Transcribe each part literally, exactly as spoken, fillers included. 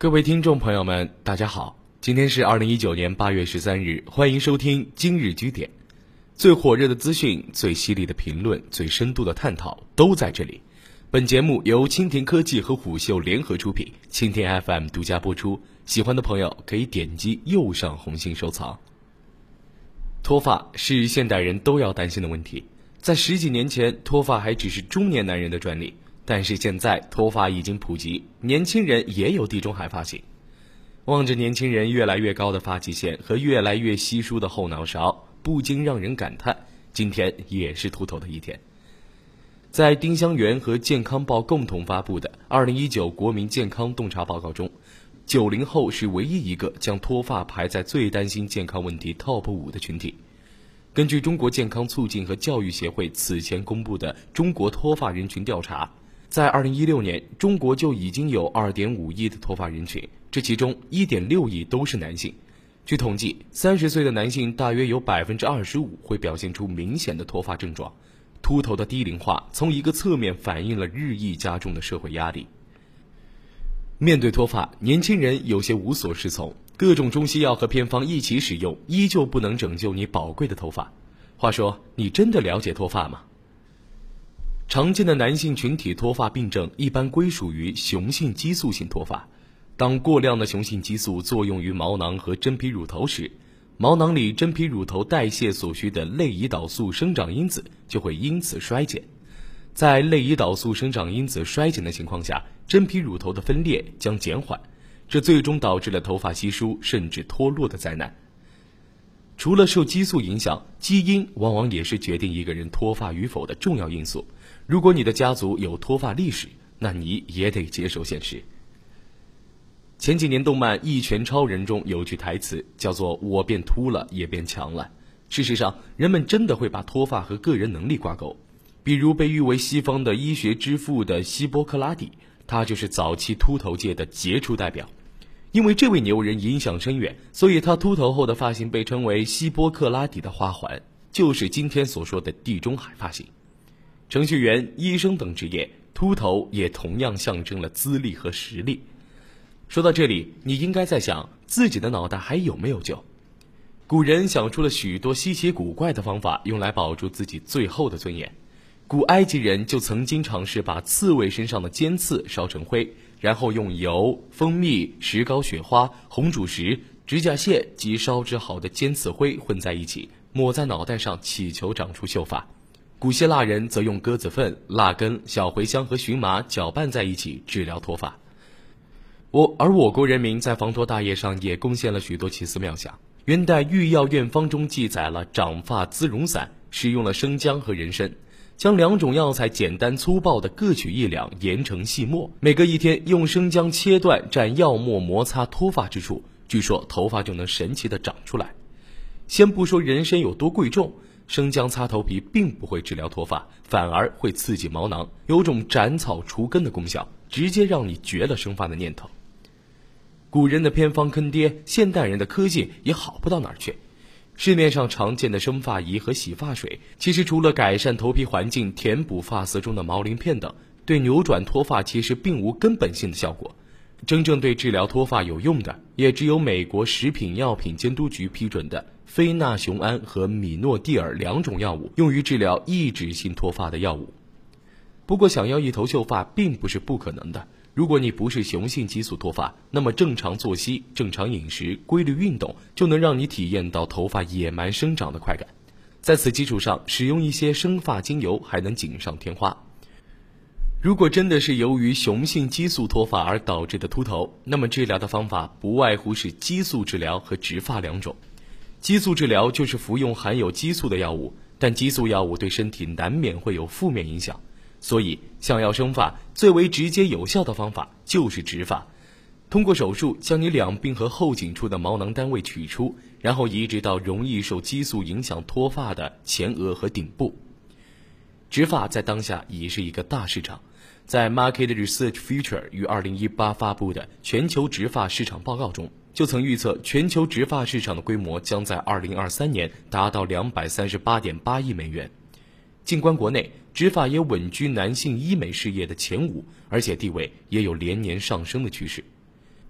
各位听众朋友们，大家好，今天是二零一九年八月十三日，欢迎收听今日居点。最火热的资讯、最犀利的评论、最深度的探讨都在这里。本节目由蜻蜓科技和虎嗅联合出品，蜻蜓 F M 独家播出。喜欢的朋友可以点击右上红心收藏。脱发是现代人都要担心的问题，在十几年前，脱发还只是中年男人的专利。但是现在脱发已经普及，年轻人也有地中海发型。望着年轻人越来越高的发际线和越来越稀疏的后脑勺，不禁让人感叹，今天也是秃头的一天。在丁香园和健康报共同发布的二零一九国民健康洞察报告中，九零后是唯一一个将脱发排在最担心健康问题 top 五的群体。根据中国健康促进和教育协会此前公布的中国脱发人群调查，在二零一六年，中国就已经有 二点五亿的脱发人群，这其中 一点六亿都是男性。据统计，三十岁的男性大约有 百分之二十五 会表现出明显的脱发症状。秃头的低龄化从一个侧面反映了日益加重的社会压力。面对脱发，年轻人有些无所适从，各种中西药和偏方一起使用，依旧不能拯救你宝贵的头发。话说，你真的了解脱发吗？常见的男性群体脱发病症一般归属于雄性激素性脱发。当过量的雄性激素作用于毛囊和真皮乳头时，毛囊里真皮乳头代谢所需的类胰岛素生长因子就会因此衰减。在类胰岛素生长因子衰减的情况下，真皮乳头的分裂将减缓，这最终导致了头发稀疏甚至脱落的灾难。除了受激素影响，基因往往也是决定一个人脱发与否的重要因素。如果你的家族有脱发历史，那你也得接受现实。前几年动漫《一拳超人》中有句台词叫做我变秃了也变强了。事实上，人们真的会把脱发和个人能力挂钩。比如被誉为西方的医学之父的希波克拉底，他就是早期秃头界的杰出代表。因为这位牛人影响深远，所以他秃头后的发型被称为希波克拉底的花环，就是今天所说的地中海发型。程序员、医生等职业，秃头也同样象征了资历和实力。说到这里，你应该在想，自己的脑袋还有没有救？古人想出了许多稀奇古怪的方法，用来保住自己最后的尊严。古埃及人就曾经尝试把刺猬身上的尖刺烧成灰，然后用油、蜂蜜、石膏雪花、红主石、指甲屑及烧制好的尖刺灰混在一起，抹在脑袋上，祈求长出秀发。古希腊人则用鸽子粪、蜡根、小茴香和荨麻搅拌在一起治疗脱发。我而我国人民在防脱大业上也贡献了许多奇思妙想。元代御药院方中记载了长发滋荣散，使用了生姜和人参，将两种药材简单粗暴地各取一两，研成细末，每隔一天用生姜切断，蘸药末摩擦脱发之处，据说头发就能神奇地长出来。先不说人参有多贵重，生姜擦头皮并不会治疗脱发，反而会刺激毛囊，有种斩草除根的功效，直接让你绝了生发的念头。古人的偏方坑爹，现代人的科技也好不到哪儿去。市面上常见的生发仪和洗发水，其实除了改善头皮环境、填补发丝中的毛鳞片等，对扭转脱发其实并无根本性的效果。真正对治疗脱发有用的，也只有美国食品药品监督局批准的非那雄胺和米诺地尔两种药物，用于治疗抑制性脱发的药物。不过想要一头秀发并不是不可能的。如果你不是雄性激素脱发，那么正常作息、正常饮食、规律运动就能让你体验到头发野蛮生长的快感。在此基础上，使用一些生发精油还能锦上添花。如果真的是由于雄性激素脱发而导致的秃头，那么治疗的方法不外乎是激素治疗和植发两种。激素治疗就是服用含有激素的药物，但激素药物对身体难免会有负面影响。所以想要生发，最为直接有效的方法就是植发。通过手术将你两鬓和后颈处的毛囊单位取出，然后移植到容易受激素影响脱发的前额和顶部。植发在当下已是一个大市场。在 Market Research Future 于二零一八发布的全球植发市场报告中，就曾预测全球植发市场的规模将在二零二三年达到 两百三十八点八亿美元。纵观国内，植发也稳居男性医美事业的前五，而且地位也有连年上升的趋势。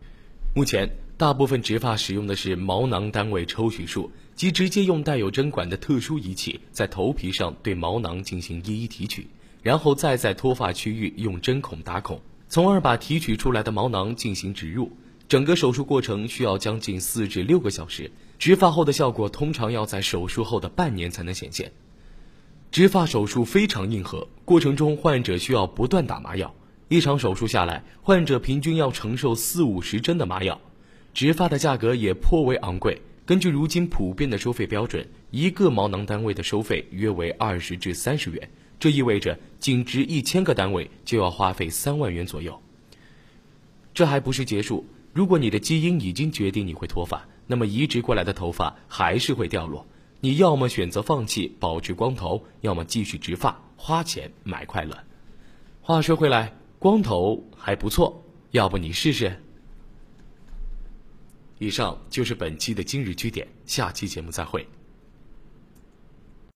目前，大部分植发使用的是毛囊单位抽取术，即直接用带有针管的特殊仪器在头皮上对毛囊进行一一提取，然后再在脱发区域用针孔打孔，从而把提取出来的毛囊进行植入。整个手术过程需要将近四至六个小时，植发后的效果通常要在手术后的半年才能显现。植发手术非常硬核，过程中患者需要不断打麻药，一场手术下来，患者平均要承受四五十针的麻药。植发的价格也颇为昂贵，根据如今普遍的收费标准，一个毛囊单位的收费约为二十至三十元，这意味着仅植一千个单位就要花费三万元左右。这还不是结束，如果你的基因已经决定你会脱发，那么移植过来的头发还是会掉落。你要么选择放弃保持光头，要么继续植发，花钱买快乐。话说回来，光头还不错，要不你试试？以上就是本期的今日居点，下期节目再会。